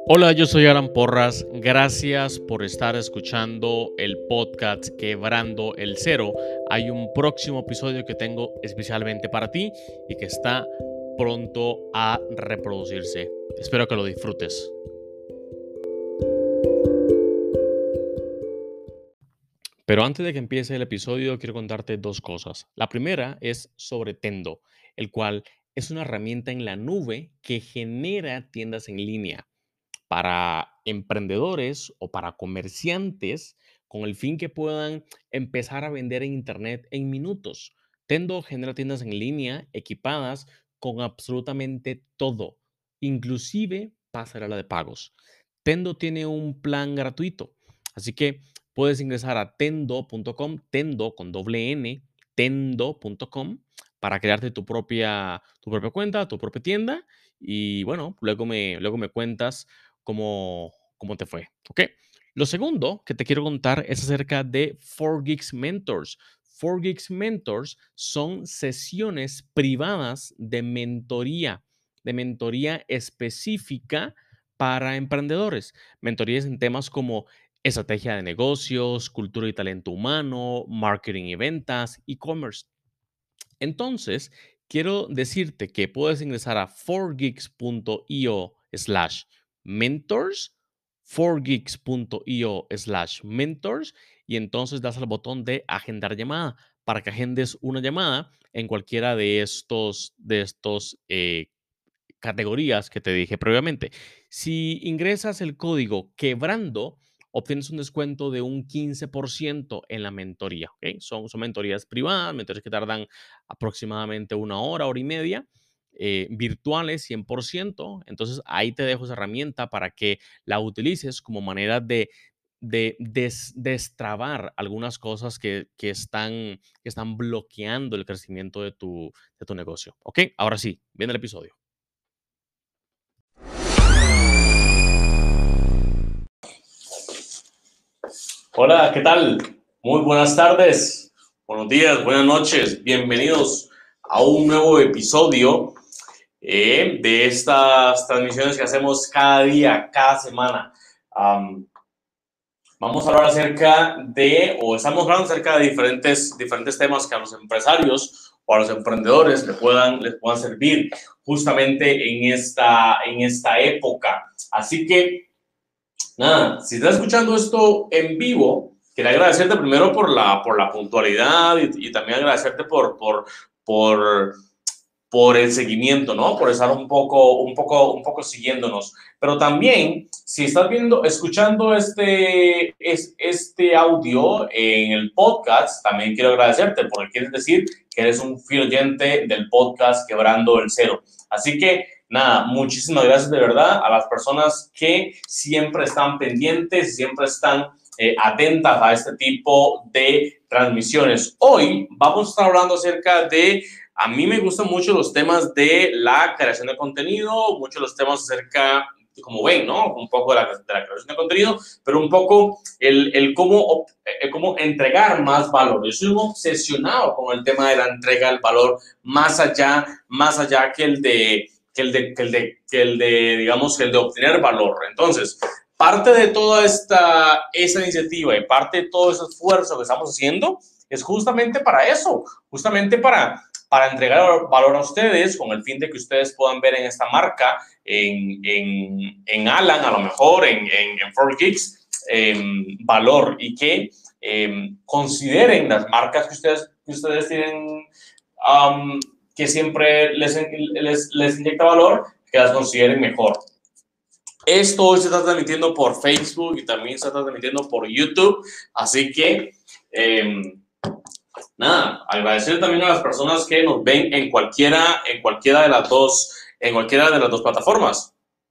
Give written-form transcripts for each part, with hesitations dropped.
Hola, yo soy Alan Porras. Gracias por estar escuchando el podcast Quebrando el Cero. Hay un próximo episodio que tengo especialmente para ti y que está pronto a reproducirse. Espero que lo disfrutes. Pero antes de que empiece el episodio, quiero contarte dos cosas. La primera es sobre Tendo, el cual es una herramienta en la nube que genera tiendas en línea para emprendedores o para comerciantes con el fin que puedan empezar a vender en Internet en minutos. Tendo genera tiendas en línea equipadas con absolutamente todo, inclusive pasarela de pagos. Tendo tiene un plan gratuito, así que puedes ingresar a tendo.com, tendo con doble N, tendo.com, para crearte tu propia cuenta, tu propia tienda. Y bueno, luego me cuentas cómo te fue. ¿Ok? Lo segundo que te quiero contar es acerca de 4Geeks Mentors. 4Geeks Mentors son sesiones privadas de mentoría específica para emprendedores. Mentorías en temas como estrategia de negocios, cultura y talento humano, marketing y ventas, e-commerce. Entonces, quiero decirte que puedes ingresar a 4geeks.io/mentors, 4geeks.io/mentors, y entonces das al botón de agendar llamada para que agendes una llamada en cualquiera de estos categorías que te dije previamente. Si ingresas el código quebrando, obtienes un descuento de un 15% en la mentoría. ¿Ok? Son mentorías privadas, mentorías que tardan aproximadamente una hora y media, virtuales 100%. Entonces ahí te dejo esa herramienta para que la utilices como manera de destrabar algunas cosas que están bloqueando el crecimiento de tu negocio. ¿Ok? Ahora sí, viene el episodio. Hola, ¿qué tal? Muy buenas tardes, buenos días, buenas noches. Bienvenidos a un nuevo episodio de estas transmisiones que hacemos cada día, cada semana. Vamos a hablar estamos hablando acerca de diferentes temas que a los empresarios o a los emprendedores les puedan servir justamente en esta época. Así que nada, si estás escuchando esto en vivo, quería agradecerte primero por la puntualidad y también agradecerte por, por el seguimiento, ¿no? Por estar un poco siguiéndonos. Pero también, si estás escuchando este audio en el podcast, también quiero agradecerte porque quiere decir que eres un fiel oyente del podcast Quebrando el Cero. Así que nada, muchísimas gracias de verdad a las personas que siempre están pendientes, siempre están atentas a este tipo de transmisiones. Hoy vamos a estar hablando acerca de, a mí me gustan mucho los temas de la creación de contenido, muchos los temas acerca, como ven, ¿no? Un poco de la creación de contenido, pero un poco el cómo entregar más valor. Yo soy un obsesionado con el tema de la entrega del valor, más allá digamos, que el de obtener valor. Entonces, parte de toda esa iniciativa y parte de todo ese esfuerzo que estamos haciendo es justamente para eso, justamente para entregar valor a ustedes con el fin de que ustedes puedan ver en esta marca, en Alan, a lo mejor, en 4Geeks, valor y que consideren las marcas que ustedes tienen, que siempre les inyecta valor, que las consideren mejor. Esto hoy se está transmitiendo por Facebook y también se está transmitiendo por YouTube, así que nada, agradecer también a las personas que nos ven en cualquiera de las dos plataformas,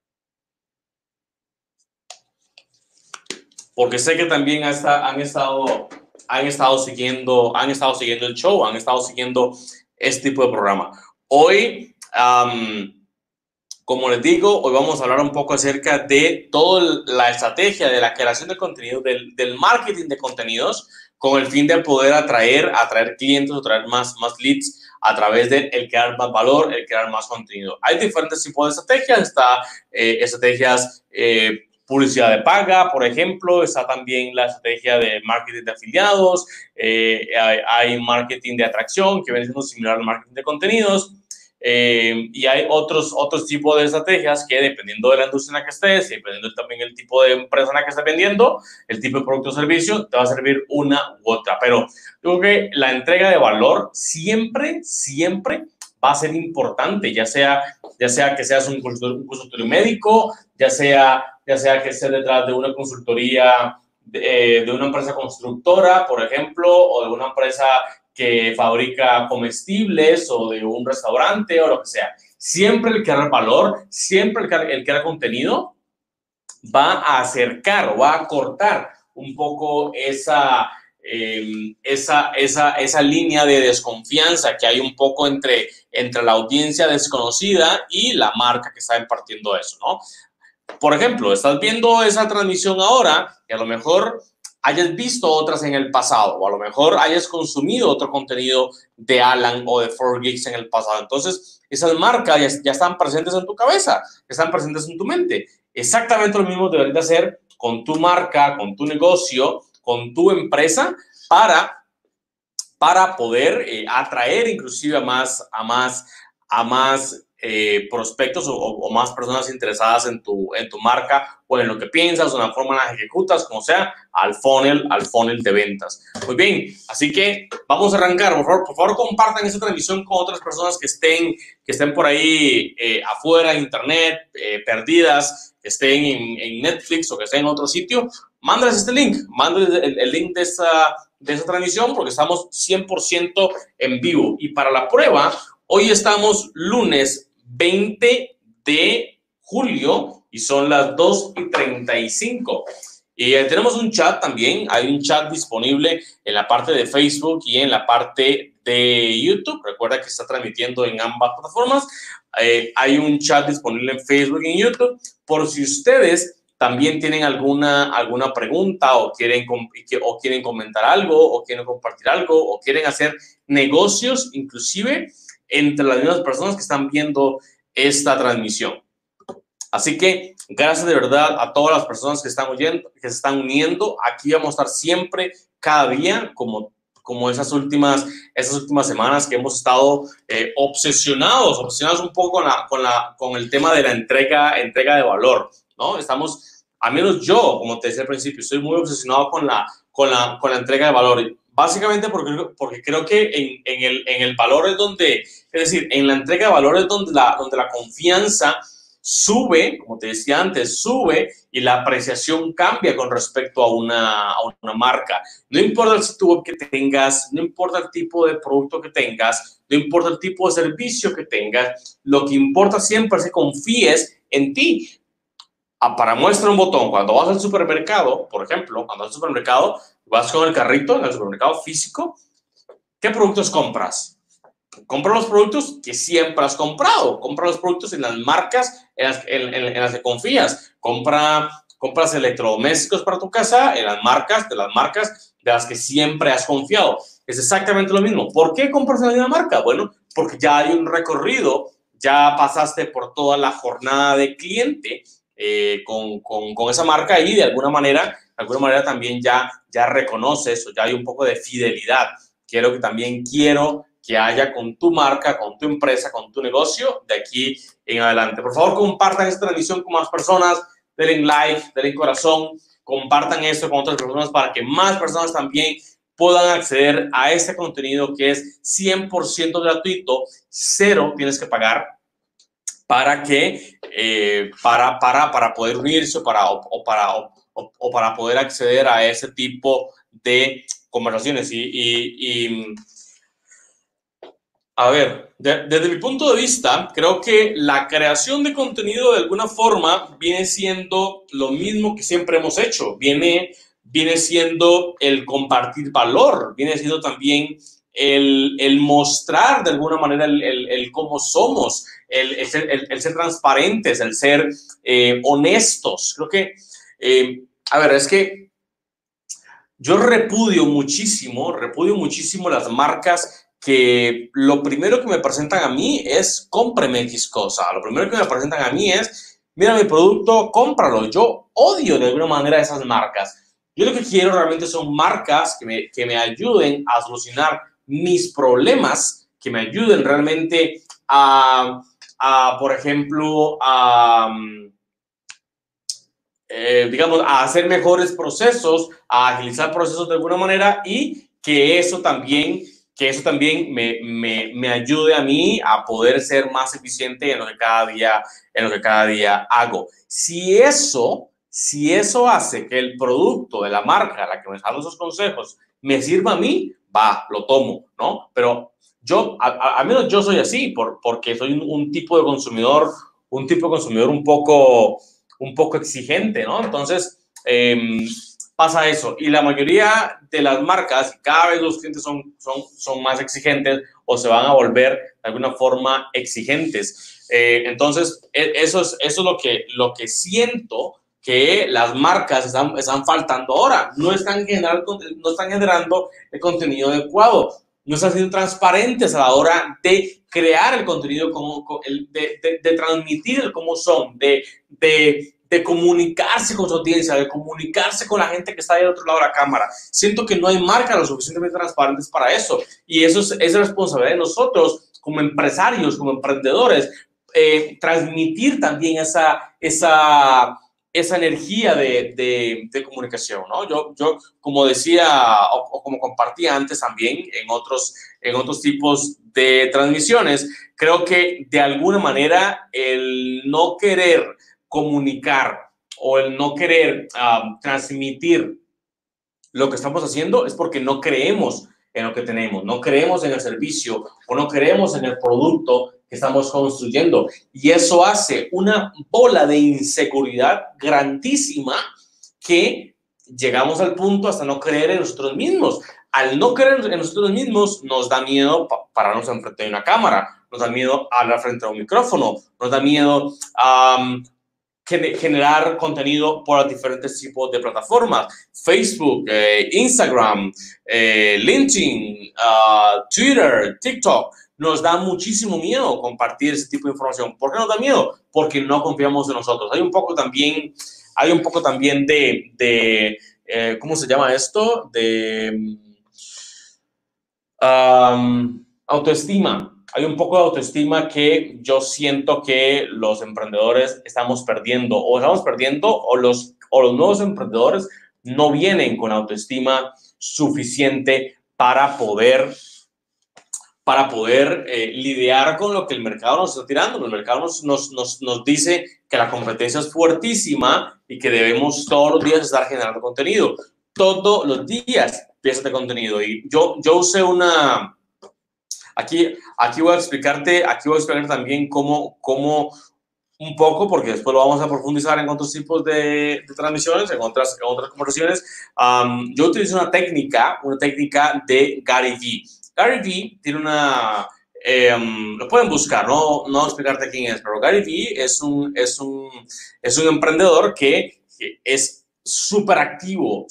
porque sé que también han estado siguiendo el show, han estado siguiendo este tipo de programa. Hoy, como les digo, hoy vamos a hablar un poco acerca de toda la estrategia de la creación de contenido, del marketing de contenidos, con el fin de poder atraer clientes, atraer más leads a través de el crear más valor, el crear más contenido. Hay diferentes tipos de estrategias. Está estrategias publicidad de paga, por ejemplo. Está también la estrategia de marketing de afiliados. Hay marketing de atracción, que viene siendo similar al marketing de contenidos. Y hay otros tipos de estrategias que, dependiendo de la industria en la que estés y dependiendo también el tipo de empresa en la que estés vendiendo, el tipo de producto o servicio, te va a servir una u otra. Pero yo creo que la entrega de valor siempre va a ser importante, ya sea que seas un consultorio médico, ya sea que estés detrás de una consultoría de una empresa constructora, por ejemplo, o de una empresa que fabrica comestibles, o de un restaurante, o lo que sea. Siempre el crear valor, siempre el crear contenido va a acercar o va a cortar un poco esa línea de desconfianza que hay un poco entre la audiencia desconocida y la marca que está impartiendo eso, ¿no? Por ejemplo, estás viendo esa transmisión ahora y a lo mejor hayas visto otras en el pasado, o a lo mejor hayas consumido otro contenido de Alan o de 4Geeks en el pasado. Entonces, esas marcas ya están presentes en tu cabeza, están presentes en tu mente. Exactamente lo mismo deberías de hacer con tu marca, con tu negocio, con tu empresa, para poder atraer inclusive a más prospectos o más personas interesadas en tu marca, o en lo que piensas, o en la forma en la que ejecutas, como sea, al funnel de ventas. Muy bien, así que vamos a arrancar. Por favor, compartan esta transmisión con otras personas que estén por ahí afuera en internet, perdidas, que estén en Netflix o que estén en otro sitio. Mándales este link, mándales el link de esa transmisión, porque estamos 100% en vivo. Y para la prueba, hoy estamos lunes 20 de julio y son las 2:35. Y tenemos un chat también. Hay un chat disponible en la parte de Facebook y en la parte de YouTube. Recuerda que está transmitiendo en ambas plataformas. Hay un chat disponible en Facebook y en YouTube, por si ustedes también tienen alguna pregunta, o quieren comentar algo, o quieren compartir algo, o quieren hacer negocios inclusive entre las mismas personas que están viendo esta transmisión. Así que gracias de verdad a todas las personas que se están uniendo. Aquí vamos a estar siempre, cada día, como esas últimas semanas que hemos estado obsesionados un poco con el tema de la entrega de valor, ¿no? Al menos yo, como te decía al principio, estoy muy obsesionado con la entrega de valor. Básicamente porque creo que en el valor es donde, es decir, en la entrega de valor es donde la confianza sube, como te decía antes, sube, y la apreciación cambia con respecto a una marca. No importa el sitio web que tengas, no importa el tipo de producto que tengas, no importa el tipo de servicio que tengas, lo que importa siempre es que confíes en ti. Para muestra un botón, cuando vas al supermercado, por ejemplo, cuando vas al supermercado, vas con el carrito en el supermercado físico, ¿qué productos compras? Compra los productos que siempre has comprado. Compra los productos en las marcas en las que confías. Compras electrodomésticos para tu casa en las marcas de las que siempre has confiado. Es exactamente lo mismo. ¿Por qué compras en la misma marca? Bueno, porque ya hay un recorrido, ya pasaste por toda la jornada de cliente con esa marca, y de alguna manera también ya reconoces, o ya hay un poco de fidelidad, que es lo que también quiero que haya con tu marca, con tu empresa, con tu negocio de aquí en adelante. Por favor, compartan esta transmisión con más personas, denle like, denle corazón, compartan esto con otras personas para que más personas también puedan acceder a este contenido que es 100% gratuito, cero tienes que pagar para poder unirse o para poder acceder a ese tipo de conversaciones. A ver, desde mi punto de vista, creo que la creación de contenido de alguna forma viene siendo lo mismo que siempre hemos hecho. Viene siendo el compartir valor, viene siendo también el mostrar de alguna manera el cómo somos, el ser transparentes, el ser honestos. Creo que, es que yo repudio muchísimo las marcas que lo primero que me presentan a mí es cómpreme X cosa. Lo primero que me presentan a mí es, mira mi producto, cómpralo. Yo odio de alguna manera esas marcas. Yo lo que quiero realmente son marcas que me ayuden a solucionar mis problemas, que me ayuden realmente por ejemplo, digamos, a hacer mejores procesos, a agilizar procesos de alguna manera y que eso también me ayude a mí a poder ser más eficiente en lo que cada día hago. Si eso hace que el producto de la marca a la que me está dando esos consejos me sirva a mí, va, lo tomo, ¿no? Pero yo, al menos yo soy así, porque soy un tipo de consumidor, un poco exigente, ¿no? Entonces, pasa eso. Y la mayoría de las marcas, cada vez los clientes son más exigentes o se van a volver de alguna forma exigentes. Entonces, eso es lo que siento que las marcas están faltando ahora. No están generando el contenido adecuado. No están siendo transparentes a la hora de crear el contenido, de transmitir cómo son, de comunicarse con su audiencia, de comunicarse con la gente que está ahí al otro lado de la cámara. Siento que no hay marcas lo suficientemente transparentes para eso. Y eso es responsabilidad de nosotros como empresarios, como emprendedores, transmitir también esa energía de comunicación, ¿no? Yo como decía o como compartía antes también en otros tipos de transmisiones, creo que de alguna manera el no querer comunicar o el no querer transmitir lo que estamos haciendo es porque no creemos en lo que tenemos, no creemos en el servicio o no creemos en el producto que estamos construyendo. Y eso hace una bola de inseguridad grandísima que llegamos al punto hasta no creer en nosotros mismos. Al no creer en nosotros mismos, nos da miedo pararnos enfrente de una cámara, nos da miedo hablar frente a un micrófono, nos da miedo generar contenido por diferentes tipos de plataformas, Facebook, Instagram, LinkedIn, Twitter, TikTok. Nos da muchísimo miedo compartir ese tipo de información. ¿Por qué nos da miedo? Porque no confiamos en nosotros. Hay un poco también de ¿cómo se llama esto? De autoestima. Hay un poco de autoestima que yo siento que los emprendedores estamos perdiendo o los nuevos emprendedores no vienen con autoestima suficiente para poder lidiar con lo que el mercado nos está tirando. El mercado nos dice que la competencia es fuertísima y que debemos todos los días estar generando contenido. Todos los días piezas de contenido. Y yo usé una... Aquí voy a explicarte también cómo un poco, porque después lo vamos a profundizar en otros tipos de transmisiones, en otras conversaciones. Yo utilizo una técnica de Gary Vee. Gary Vee tiene lo pueden buscar, no explicarte quién es, pero Gary Vee es un emprendedor que es súper activo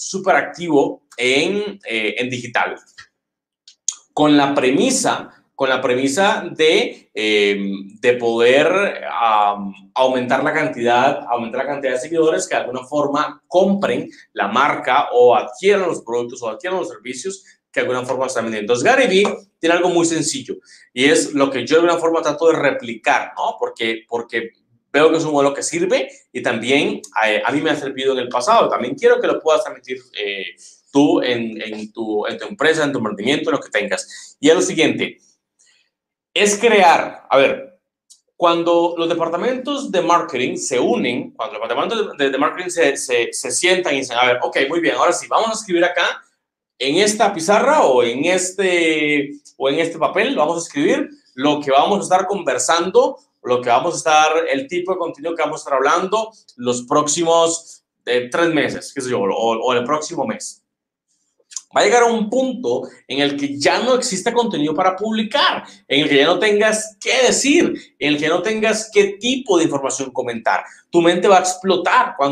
en digital. Con la premisa de poder aumentar la cantidad de seguidores que de alguna forma compren la marca o adquieran los productos o adquieran los servicios que de alguna forma están vendiendo. Entonces, Gary Vee tiene algo muy sencillo y es lo que yo de alguna forma trato de replicar, ¿no? Porque veo que es un modelo que sirve y también a mí me ha servido en el pasado. También quiero que lo puedas transmitir tú en tu empresa, en tu emprendimiento, en lo que tengas. Y es lo siguiente, es crear, cuando los departamentos de marketing se unen, cuando los departamentos de marketing se sientan y dicen, ok, muy bien, ahora sí, vamos a escribir acá, en esta pizarra o en este papel, vamos a escribir lo que vamos a estar conversando, el tipo de contenido que vamos a estar hablando los próximos 3 meses, qué sé yo, o el próximo mes. Va a llegar a un punto en el que ya no existe contenido para publicar, en el que ya no tengas qué decir, en el que no tengas qué tipo de información comentar. Tu mente va a explotar cuando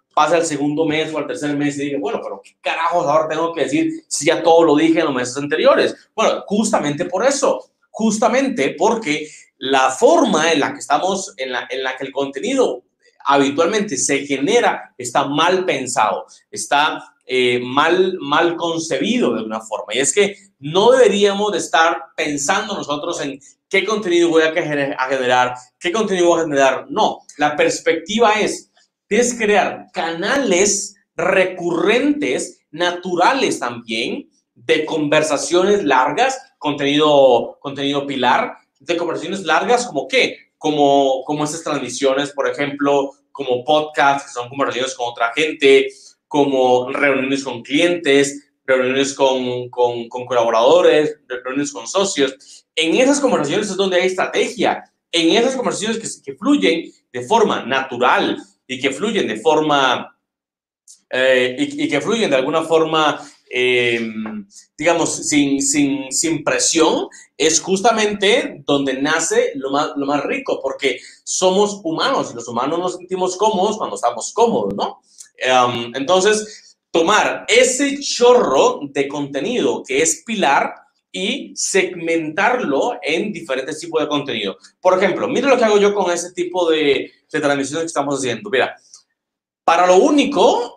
pase al segundo mes o al tercer mes y diga, bueno, pero ¿qué carajos ahora tengo que decir si ya todo lo dije en los meses anteriores? Bueno, justamente por eso, justamente porque la forma en la que estamos, en la que el contenido habitualmente se genera, está mal pensado, está mal concebido de una forma. Y es que no deberíamos de estar pensando nosotros en qué contenido voy a generar, qué contenido voy a generar. No, la perspectiva es, tienes que crear canales recurrentes, naturales también, de conversaciones largas, contenido pilar, de conversaciones largas, ¿como qué? Como estas transmisiones, por ejemplo, como podcasts, que son conversaciones con otra gente, como reuniones con clientes, reuniones con colaboradores, reuniones con socios. En esas conversaciones es donde hay estrategia. En esas conversaciones que fluyen de forma natural y que fluyen de forma y que fluyen de alguna forma, digamos, sin presión, es justamente donde nace lo más rico, porque somos humanos y los humanos nos sentimos cómodos cuando estamos cómodos, ¿no? Entonces, tomar ese chorro de contenido que es pilar y segmentarlo en diferentes tipos de contenido. Por ejemplo, mira lo que hago yo con ese tipo de transmisiones que estamos haciendo. Mira, para lo único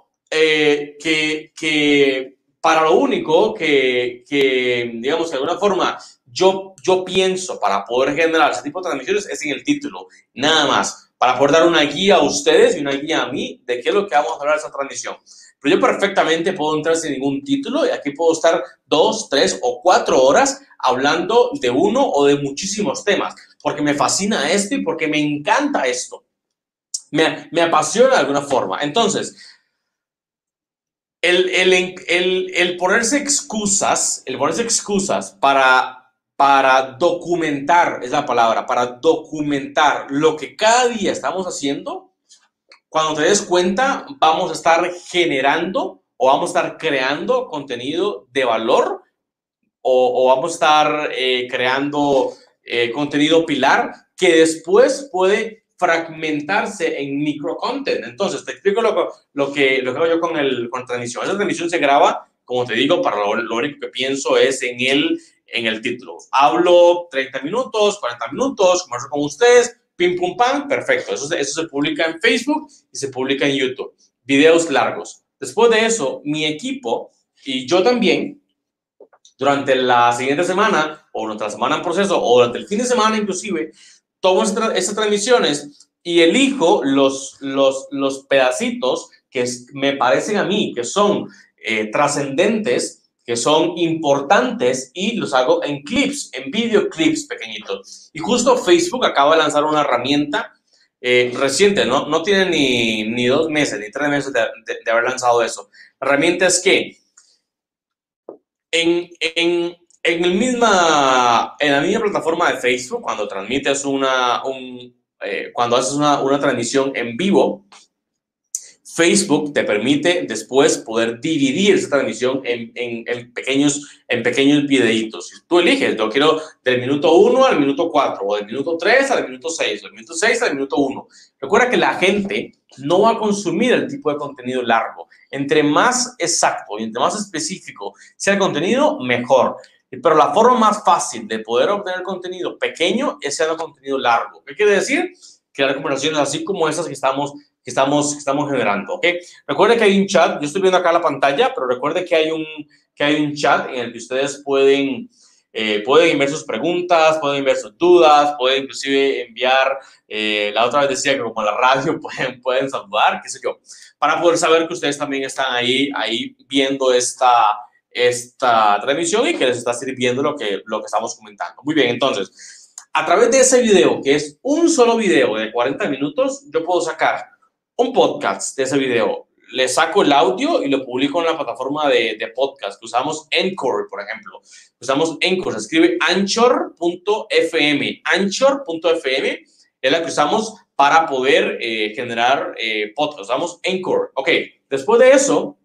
digamos, que de alguna forma yo pienso para poder generar ese tipo de transmisiones es en el título, nada más, para poder dar una guía a ustedes y una guía a mí de qué es lo que vamos a hablar en esa transmisión. Pero yo perfectamente puedo entrar sin ningún título y aquí puedo estar 2, 3 o 4 horas hablando de uno o de muchísimos temas, porque me fascina esto y porque me encanta esto. Me apasiona de alguna forma. Entonces, el ponerse excusas para documentar, es la palabra, para documentar lo que cada día estamos haciendo, cuando te des cuenta, vamos a estar generando o vamos a estar creando contenido de valor o vamos a estar creando contenido pilar que después puede fragmentarse en micro content. Entonces, te explico lo que hago yo con la transmisión. Esa transmisión se graba, como te digo, para lo único que pienso es en el título. Hablo 30 minutos, 40 minutos, converso con ustedes, pim, pum, pam, perfecto. Eso se publica en Facebook y se publica en YouTube. Videos largos. Después de eso, mi equipo y yo también, durante la siguiente semana o durante la semana en proceso o durante el fin de semana inclusive, tomo estas transmisiones y elijo los pedacitos que me parecen a mí que son trascendentes, que son importantes y los hago en clips, en videoclips pequeñitos. Y justo Facebook acaba de lanzar una herramienta reciente, no tiene ni 2 meses, ni 3 meses de haber lanzado eso. La herramienta es que en la misma plataforma de Facebook, cuando transmites cuando haces una transmisión en vivo, Facebook te permite después poder dividir esa transmisión en pequeños videitos. Si tú eliges, yo quiero del minuto 1 al minuto 4, o del minuto 3 al minuto 6, o del minuto 6 al minuto 1. Recuerda que la gente no va a consumir el tipo de contenido largo. Entre más exacto y entre más específico sea el contenido, mejor. Pero la forma más fácil de poder obtener contenido pequeño es hacer contenido largo. ¿Qué quiere decir? Crear conversaciones así como esas que estamos generando, ¿ok? Recuerde que hay un chat, yo estoy viendo acá la pantalla, pero recuerde que hay un chat en el que ustedes pueden enviar sus preguntas, pueden enviar sus dudas, pueden inclusive enviar, la otra vez decía que como en la radio pueden saludar, qué sé yo, para poder saber que ustedes también están ahí viendo esta transmisión y que les está sirviendo lo que estamos comentando. Muy bien, entonces, a través de ese video, que es un solo video de 40 minutos, yo puedo sacar un podcast de ese video, le saco el audio y lo publico en la plataforma de podcast que usamos. Anchor, por ejemplo. Usamos Anchor, se escribe anchor.fm. Anchor.fm es la que usamos para poder generar podcast. Usamos Anchor. Ok, después de eso,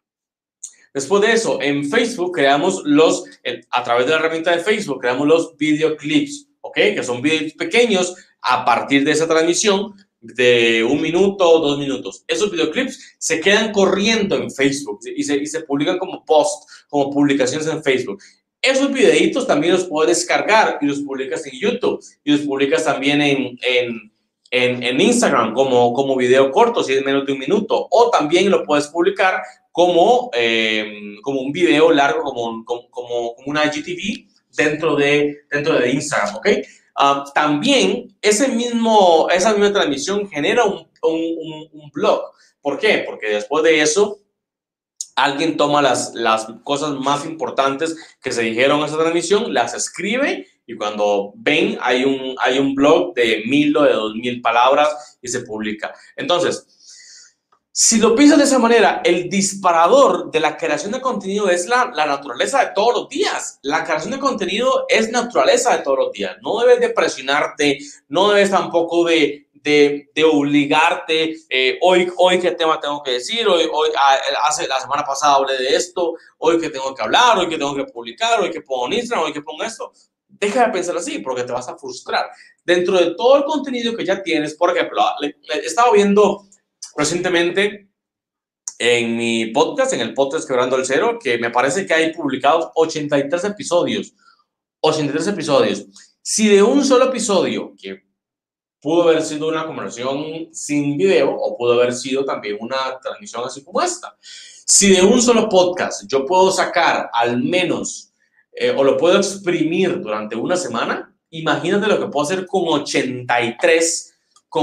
en Facebook creamos a través de la herramienta de Facebook, creamos los videoclips, ¿ok? Que son videos pequeños a partir de esa transmisión. de 1 minuto, 2 minutos. Esos videoclips se quedan corriendo en Facebook y se publican como post, como publicaciones en Facebook. Esos videitos también los puedes descargar y los publicas en YouTube y los publicas también en Instagram como video corto, si es menos de 1 minuto, o también lo puedes publicar como un video largo, como una IGTV dentro de Instagram, ¿ok? También esa misma transmisión genera un blog. ¿Por qué? Porque después de eso, alguien toma las cosas más importantes que se dijeron en esa transmisión, las escribe y cuando ven hay un blog de 1000 o de 2000 palabras y se publica. Entonces, si lo piensas de esa manera, el disparador de la creación de contenido es la naturaleza de todos los días. La creación de contenido es naturaleza de todos los días. No debes de presionarte, no debes tampoco de obligarte. Hoy qué tema tengo que decir, la semana pasada hablé de esto, hoy qué tengo que hablar, hoy qué tengo que publicar, hoy qué pongo en Instagram, hoy qué pongo esto. Deja de pensar así porque te vas a frustrar. Dentro de todo el contenido que ya tienes, por ejemplo, estaba viendo recientemente en mi podcast, en el podcast Quebrando el Cero, que me parece que hay publicados 83 episodios. 83 episodios. Si de un solo episodio, que pudo haber sido una conversación sin video o pudo haber sido también una transmisión así como esta, si de un solo podcast yo puedo sacar al menos o lo puedo exprimir durante una semana, imagínate lo que puedo hacer con 83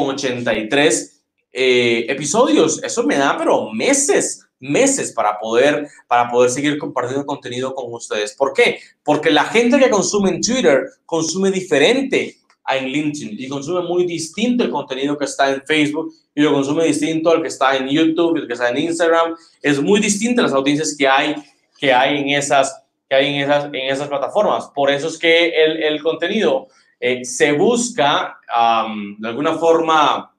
episodios. Eso me da, pero meses para poder seguir compartiendo contenido con ustedes. ¿Por qué? Porque la gente que consume en Twitter consume diferente en LinkedIn y consume muy distinto el contenido que está en Facebook y lo consume distinto al que está en YouTube, el que está en Instagram. Es muy distinto las audiencias que hay en esas plataformas. Por eso es que el contenido se busca de alguna forma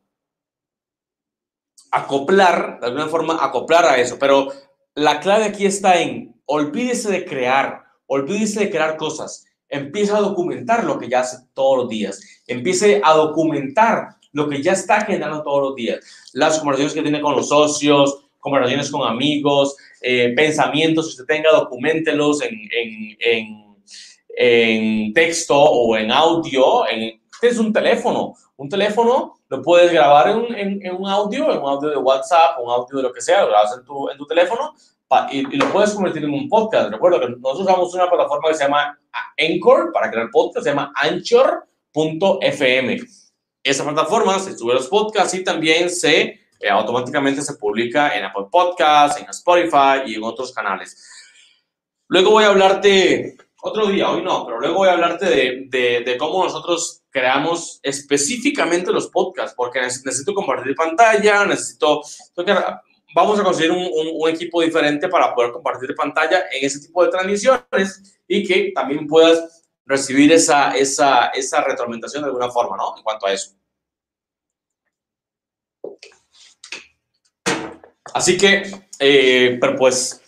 acoplar a eso, pero la clave aquí está en olvídese de crear cosas, empieza a documentar lo que ya hace todos los días, empiece a documentar lo que ya está generando todos los días, las conversaciones que tiene con los socios, conversaciones con amigos, pensamientos que usted tenga, documentelos en texto o en audio. Este es un teléfono lo puedes grabar en un audio de WhatsApp, un audio de lo que sea, lo grabas en tu teléfono y lo puedes convertir en un podcast. Recuerda que nosotros usamos una plataforma que se llama Anchor para crear podcast, se llama Anchor.fm. Esa plataforma se sube los podcasts y también automáticamente se publica en Apple Podcasts, en Spotify y en otros canales. Luego voy a hablarte, otro día, hoy no, pero luego voy a hablarte de cómo nosotros creamos específicamente los podcasts, porque necesito compartir pantalla, vamos a conseguir un equipo diferente para poder compartir pantalla en ese tipo de transmisiones y que también puedas recibir esa retroalimentación de alguna forma, ¿no? En cuanto a eso. Así que, pero pues,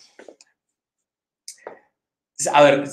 a ver,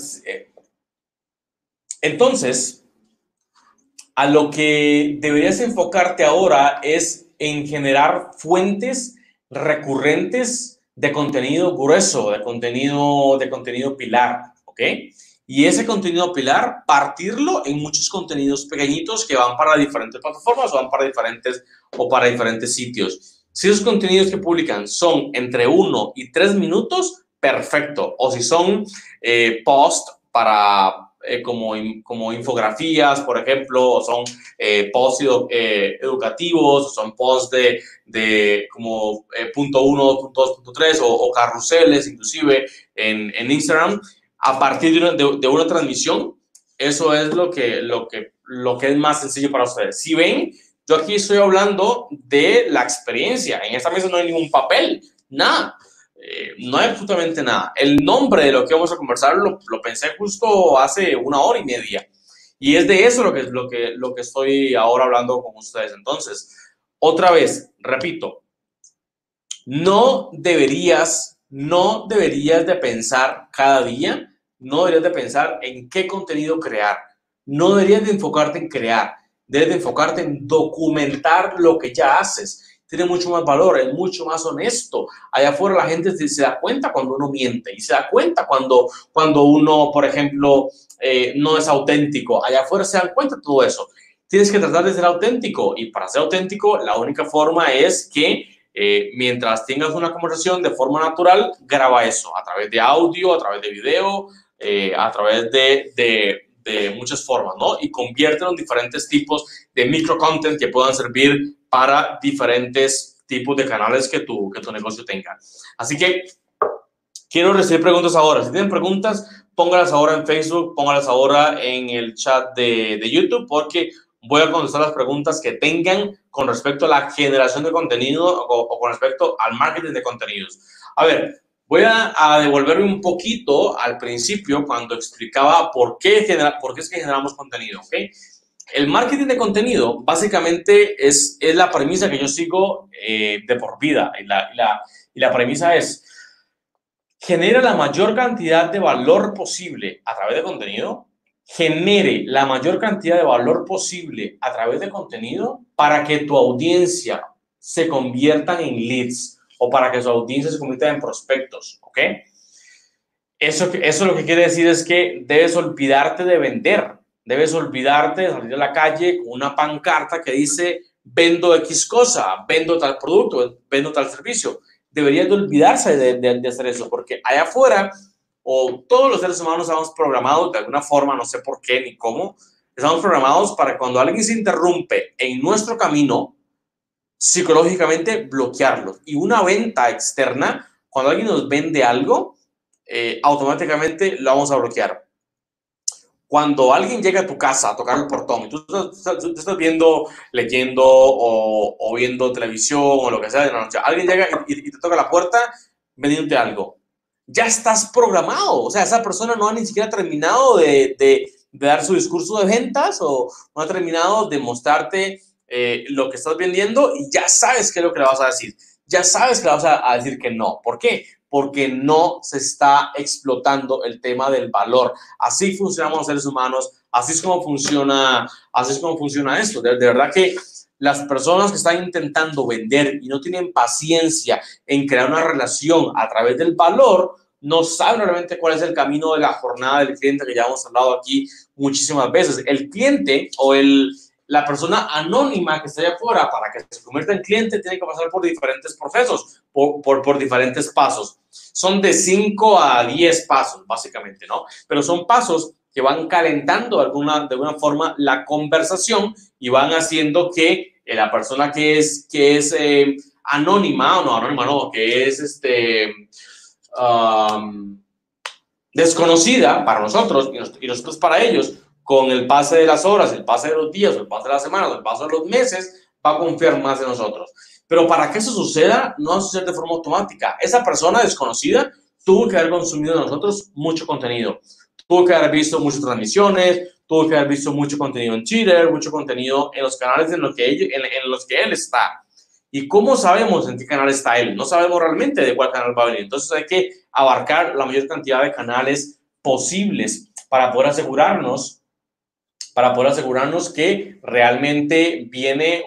entonces, a lo que deberías enfocarte ahora es en generar fuentes recurrentes de contenido grueso, de contenido pilar, ¿ok? Y ese contenido pilar, partirlo en muchos contenidos pequeñitos que van para diferentes plataformas o van para diferentes sitios. Si esos contenidos que publican son entre 1 y 3 minutos, perfecto. O si son posts para como infografías, por ejemplo, o son posts educativos, o son posts de como punto 1, punto 2, punto 3 o carruseles inclusive en Instagram, a partir de una transmisión. Eso es lo que es más sencillo para ustedes. Si ven, yo aquí estoy hablando de la experiencia. En esta mesa no hay ningún papel, nada. No hay absolutamente nada. El nombre de lo que vamos a conversar lo pensé justo hace 1 hora y media. Y es de eso lo que estoy ahora hablando con ustedes. Entonces, otra vez, repito, no deberías de pensar cada día, no deberías de pensar en qué contenido crear. No deberías de enfocarte en crear. debes de enfocarte en documentar lo que ya haces. Tiene mucho más valor, es mucho más honesto. Allá afuera la gente se da cuenta cuando uno miente y se da cuenta cuando uno, por ejemplo, no es auténtico. Allá afuera se dan cuenta de todo eso. Tienes que tratar de ser auténtico y para ser auténtico la única forma es que mientras tengas una conversación de forma natural, graba eso a través de audio, a través de video, a través de muchas formas, ¿no? Y conviértelo en diferentes tipos de microcontent que puedan servir para diferentes tipos de canales que tu negocio tenga. Así que quiero recibir preguntas ahora. Si tienen preguntas, póngalas ahora en Facebook, póngalas ahora en el chat de YouTube, porque voy a contestar las preguntas que tengan con respecto a la generación de contenido o con respecto al marketing de contenidos. A ver, voy a devolverme un poquito al principio cuando explicaba por qué es que generamos contenido, ¿ok? El marketing de contenido básicamente es la premisa que yo sigo de por vida. Y la premisa es, genera la mayor cantidad de valor posible a través de contenido, genere la mayor cantidad de valor posible a través de contenido para que tu audiencia se convierta en leads o para que su audiencia se convierta en prospectos, ¿ok? Eso lo que quiere decir es que debes olvidarte de vender, debes olvidarte de salir a la calle con una pancarta que dice vendo X cosa, vendo tal producto, vendo tal servicio. Deberías de olvidarse de hacer eso, porque allá afuera, o todos los seres humanos estamos programados de alguna forma, no sé por qué ni cómo, estamos programados para cuando alguien se interrumpe en nuestro camino, psicológicamente bloquearlo. Y una venta externa, cuando alguien nos vende algo, automáticamente lo vamos a bloquear. Cuando alguien llega a tu casa a tocar el portón y tú estás viendo, leyendo o viendo televisión o lo que sea de la noche, alguien llega y te toca la puerta vendiéndote algo, ya estás programado. O sea, esa persona no ha ni siquiera terminado de dar su discurso de ventas o no ha terminado de mostrarte lo que estás vendiendo y ya sabes qué es lo que le vas a decir. Ya sabes que le vas a decir que no. ¿Por qué? Porque no se está explotando el tema del valor. Así funcionamos los seres humanos, así es como funciona esto. De verdad que las personas que están intentando vender y no tienen paciencia en crear una relación a través del valor, no saben realmente cuál es el camino de la jornada del cliente, que ya hemos hablado aquí muchísimas veces. El cliente o la persona anónima que está allá afuera, para que se convierta en cliente, tiene que pasar por diferentes procesos, por diferentes pasos. Son de 5 a 10 pasos, básicamente, ¿no? Pero son pasos que van calentando de alguna forma la conversación y van haciendo que la persona que es anónima, que es desconocida para nosotros y nosotros para ellos, con el pase de las horas, el pase de los días, el pase de las semanas, el pase de los meses, va a confiar más en nosotros. Pero para que eso suceda, no va a suceder de forma automática. Esa persona desconocida tuvo que haber consumido de nosotros mucho contenido. Tuvo que haber visto muchas transmisiones, tuvo que haber visto mucho contenido en Twitter, mucho contenido en los canales en los que él está. ¿Y cómo sabemos en qué canal está él? No sabemos realmente de cuál canal va a venir. Entonces hay que abarcar la mayor cantidad de canales posibles para poder asegurarnos que realmente viene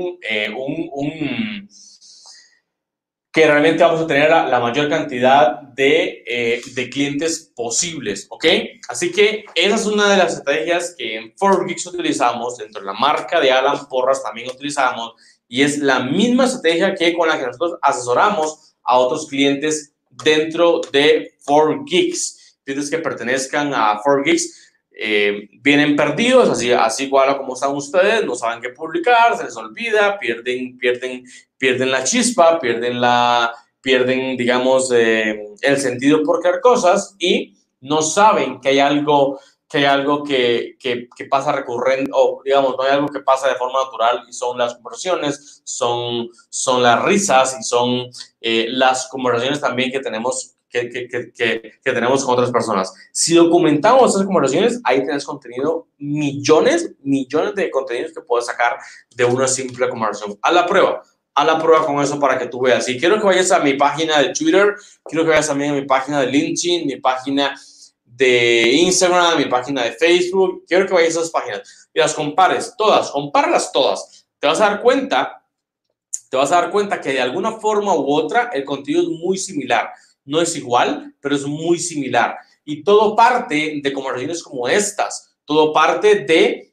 que realmente vamos a tener la mayor cantidad de clientes posibles, ¿ok? Así que esa es una de las estrategias que en 4Geeks utilizamos, dentro de la marca de Alan Porras también utilizamos, y es la misma estrategia con la que nosotros asesoramos a otros clientes dentro de 4Geeks. Clientes que pertenezcan a 4Geeks vienen perdidos, así igual a como están ustedes, no saben qué publicar, se les olvida, pierden la chispa, pierden digamos, el sentido por crear cosas y no saben que hay algo que pasa recurrente, o digamos, no hay algo que pasa de forma natural y son las conversaciones, son las risas y son las conversaciones también que tenemos tenemos con otras personas. Si documentamos esas conversaciones, ahí tenés contenido, millones de contenidos que puedes sacar de una simple conversación. A la prueba con eso para que tú veas. Y quiero que vayas a mi página de Twitter, quiero que vayas también a mi página de LinkedIn, mi página de Instagram, mi página de Facebook. Quiero que vayas a esas páginas y las compares todas, compáralas todas. Te vas a dar cuenta que de alguna forma u otra el contenido es muy similar. No es igual, pero es muy similar. Y todo parte de conversaciones como estas. Todo parte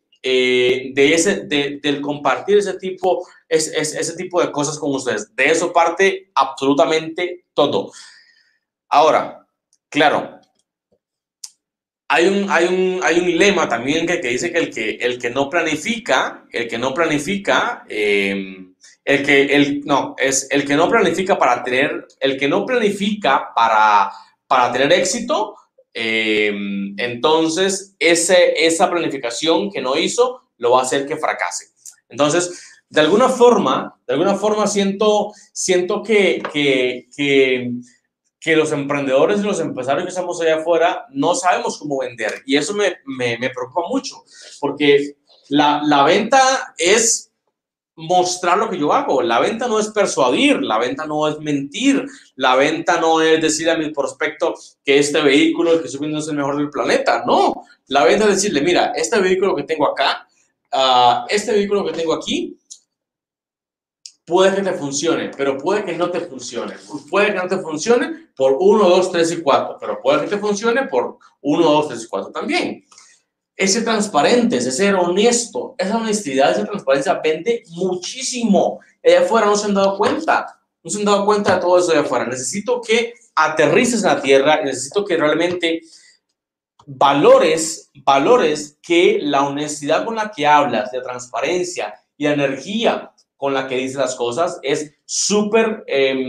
del compartir ese tipo de cosas con ustedes. De eso parte absolutamente todo. Ahora, claro, hay un lema también que dice que el que no planifica, el que no planifica para tener éxito, entonces esa planificación que no hizo lo va a hacer que fracase. Entonces, de alguna forma siento que los emprendedores y los empresarios que estamos allá afuera no sabemos cómo vender. Y eso me preocupa mucho, porque la venta es mostrar lo que yo hago. La venta no es persuadir, la venta no es mentir, la venta no es decir a mi prospecto que este vehículo que estoy viendo es el mejor del planeta. No, la venta es decirle, mira, este vehículo que tengo acá, este vehículo que tengo aquí, puede que te funcione, pero puede que no te funcione. Puede que no te funcione por 1, 2, 3 y 4, pero puede que te funcione por 1, 2, 3 y 4 también. Ese transparente, ese ser honesto, esa honestidad, esa transparencia vende muchísimo. Allá afuera no se han dado cuenta. No se han dado cuenta de todo eso allá afuera. Necesito que aterrices en la tierra. Necesito que realmente valores que la honestidad con la que hablas, de transparencia y energía con la que dices las cosas es súper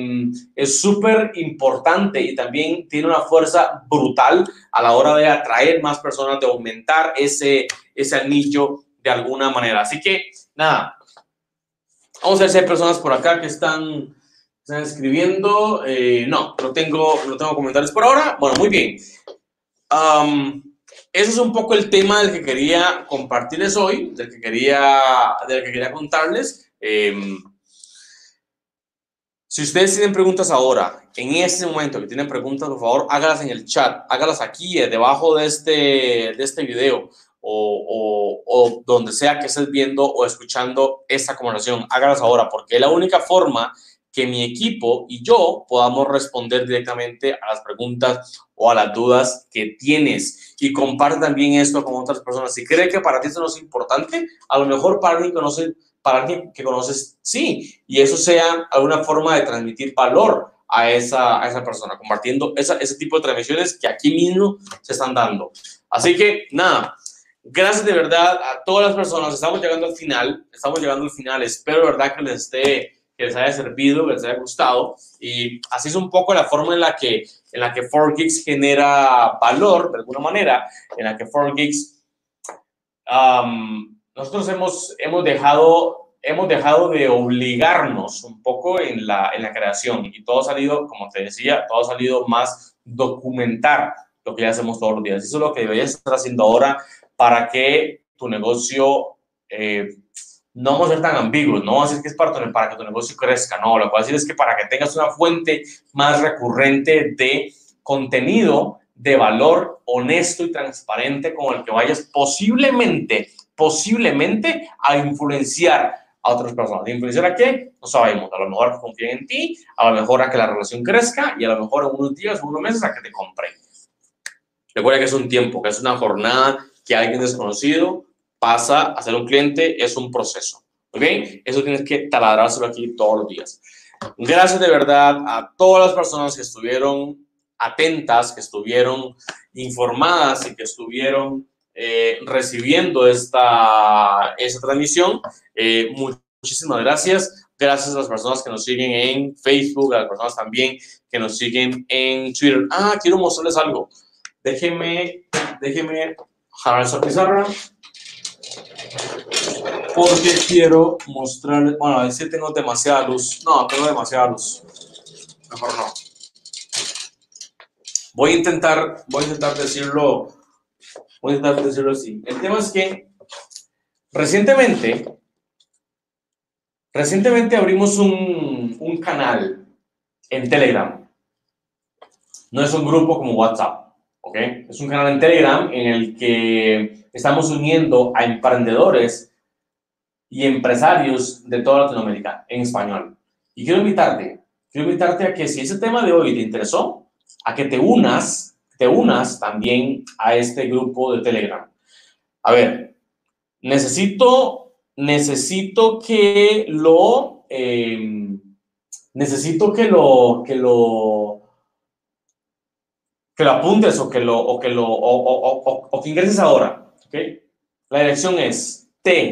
importante y también tiene una fuerza brutal a la hora de atraer más personas, de aumentar ese anillo de alguna manera. Así que, nada, vamos a ver si hay personas por acá que están escribiendo. No tengo comentarios por ahora. Bueno, muy bien. Eso es un poco el tema del que quería compartirles hoy, del que quería contarles. Si ustedes tienen preguntas ahora, en este momento que tienen preguntas, por favor, hágalas en el chat, hágalas aquí, debajo de este video o donde sea que estés viendo o escuchando esta conversación. Hágalas ahora, porque es la única forma que mi equipo y yo podamos responder directamente a las preguntas o a las dudas que tienes. Y comparte también esto con otras personas. Si crees que para ti esto no es importante, a lo mejor para alguien que conoces, sí. Y eso sea alguna forma de transmitir valor a esa persona, compartiendo ese tipo de transmisiones que aquí mismo se están dando. Así que, nada, gracias de verdad a todas las personas. Estamos llegando al final. Espero de verdad que les haya servido, que les haya gustado. Y así es un poco la forma en la que 4Geeks genera valor, de alguna manera, en la que 4Geeks, nosotros hemos dejado de obligarnos un poco en la creación, y todo ha salido, como te decía, todo ha salido más documentar lo que ya hacemos todos los días. Eso es lo que deberías estar haciendo ahora para que tu negocio, no vamos a ser tan ambiguos, no vamos a decir que es para que tu negocio crezca, no, lo que voy a decir es que para que tengas una fuente más recurrente de contenido de valor honesto y transparente con el que vayas posiblemente a influenciar a otras personas. ¿De influenciar a qué? No sabemos. A lo mejor que confíen en ti, a lo mejor a que la relación crezca y a lo mejor en unos días o unos meses a que te compren. Recuerda que es un tiempo, que es una jornada, que alguien desconocido pasa a ser un cliente, es un proceso. ¿Ok? Eso tienes que taladrárselo aquí todos los días. Gracias de verdad a todas las personas que estuvieron atentas, que estuvieron informadas y que estuvieron recibiendo esta transmisión. Muchísimas gracias. Gracias a las personas que nos siguen en Facebook, a las personas también que nos siguen en Twitter. Quiero mostrarles algo. Déjenme jalar esa pizarra porque quiero mostrarles. Bueno, a ver si tengo demasiada luz. No, tengo demasiada luz. Mejor no. Voy a intentar decirlo así. El tema es que recientemente abrimos un canal en Telegram. No es un grupo como WhatsApp. ¿ok? Es un canal en Telegram en el que estamos uniendo a emprendedores y empresarios de toda Latinoamérica en español. Y quiero invitarte a que si ese tema de hoy te interesó, a que te unas también a este grupo de Telegram. A ver, necesito que lo apuntes o que ingreses ahora, ¿ok? La dirección es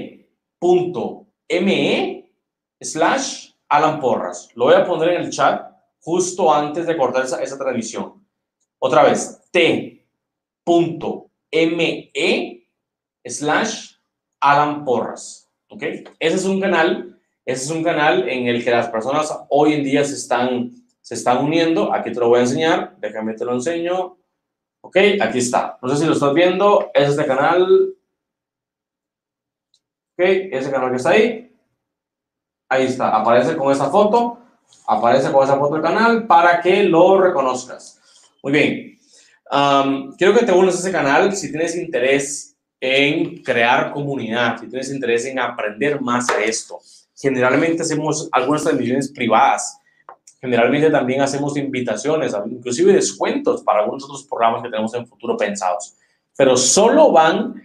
t.me/Alan Porras. Lo voy a poner en el chat justo antes de cortar esa transmisión. Otra vez, t.me/Alan Porras, ¿ok? Ese es un canal en el que las personas hoy en día se están uniendo. Aquí te lo voy a enseñar, déjame te lo enseño. Ok, aquí está. No sé si lo estás viendo, es este canal. Ok, ese canal que está ahí. Ahí está, aparece con esa foto del canal para que lo reconozcas. Muy bien. Quiero que te unas a ese canal si tienes interés en crear comunidad, si tienes interés en aprender más a esto. Generalmente hacemos algunas transmisiones privadas. Generalmente también hacemos invitaciones, inclusive descuentos para algunos otros programas que tenemos en futuro pensados. Pero solo van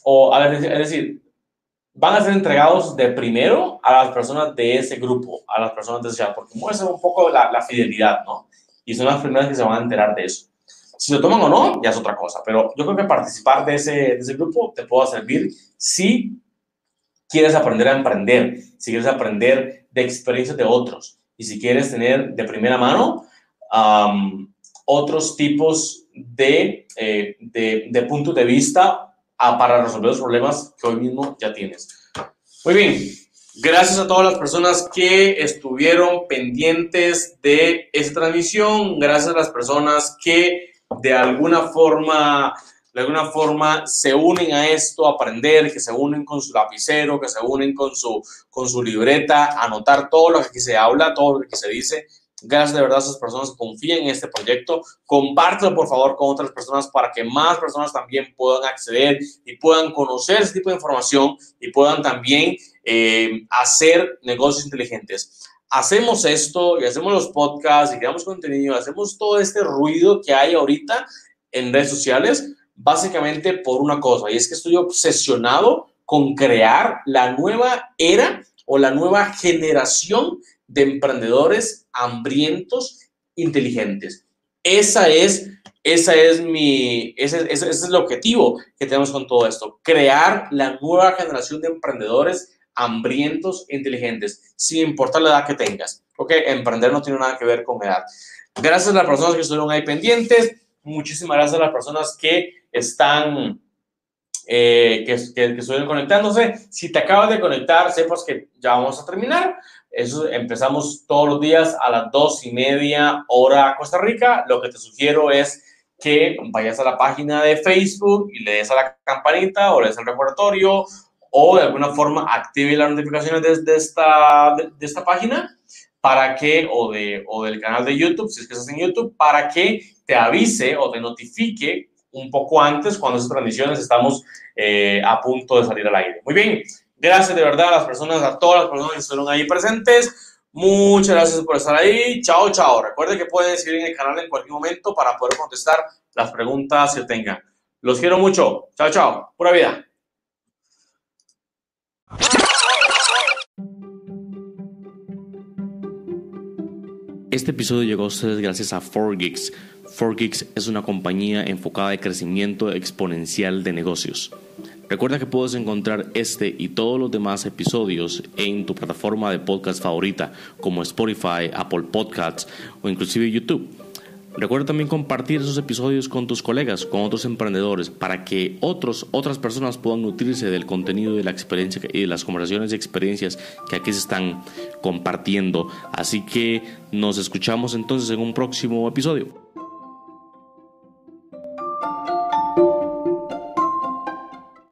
a ser entregados de primero a las personas de ese grupo, a las personas de ese chat, porque muestra un poco la fidelidad, ¿no? Y son las primeras que se van a enterar de eso. Si lo toman o no, ya es otra cosa, pero yo creo que participar de ese grupo te pueda servir si quieres aprender a emprender, si quieres aprender de experiencias de otros y si quieres tener de primera mano otros tipos de puntos de vista para resolver los problemas que hoy mismo ya tienes. Muy bien, gracias a todas las personas que estuvieron pendientes de esta transmisión, gracias a las personas que de alguna forma se unen a esto, a aprender, que se unen con su lapicero, que se unen con su libreta, a anotar todo lo que aquí se habla, todo lo que aquí se dice. Gracias de verdad a esas personas que confían en este proyecto. Compártelo, por favor, con otras personas para que más personas también puedan acceder y puedan conocer ese tipo de información y puedan también hacer negocios inteligentes. Hacemos esto y hacemos los podcasts y creamos contenido, hacemos todo este ruido que hay ahorita en redes sociales, básicamente por una cosa, y es que estoy obsesionado con crear la nueva era o la nueva generación de emprendedores hambrientos, inteligentes. Ese es el objetivo que tenemos con todo esto, crear la nueva generación de emprendedores hambrientos e inteligentes, sin importar la edad que tengas. Ok, emprender no tiene nada que ver con edad. Gracias a las personas que estuvieron ahí pendientes. Muchísimas gracias a las personas que están que estuvieron conectándose. Si te acabas de conectar, sepas que ya vamos a terminar. Empezamos todos los días a las 2:30 hora Costa Rica. Lo que te sugiero es que vayas a la página de Facebook y le des a la campanita o le des al recordatorio o de alguna forma active las notificaciones de esta página para que, o del canal de YouTube, si es que estás en YouTube, para que te avise o te notifique un poco antes cuando esas transmisiones estamos a punto de salir al aire. Muy bien, gracias de verdad a todas las personas que estuvieron ahí presentes. Muchas gracias por estar ahí. Chao, chao. Recuerden que pueden escribir en el canal en cualquier momento para poder contestar las preguntas que tengan. Los quiero mucho. Chao, chao. Pura vida. Este episodio llegó a ustedes gracias a 4Geeks. 4Geeks es una compañía enfocada en crecimiento exponencial de negocios. Recuerda que puedes encontrar este y todos los demás episodios en tu plataforma de podcast favorita, como Spotify, Apple Podcasts o inclusive YouTube. Recuerda también compartir esos episodios con tus colegas, con otros emprendedores, para que otras personas puedan nutrirse del contenido de la experiencia y de las conversaciones y experiencias que aquí se están compartiendo. Así que nos escuchamos entonces en un próximo episodio.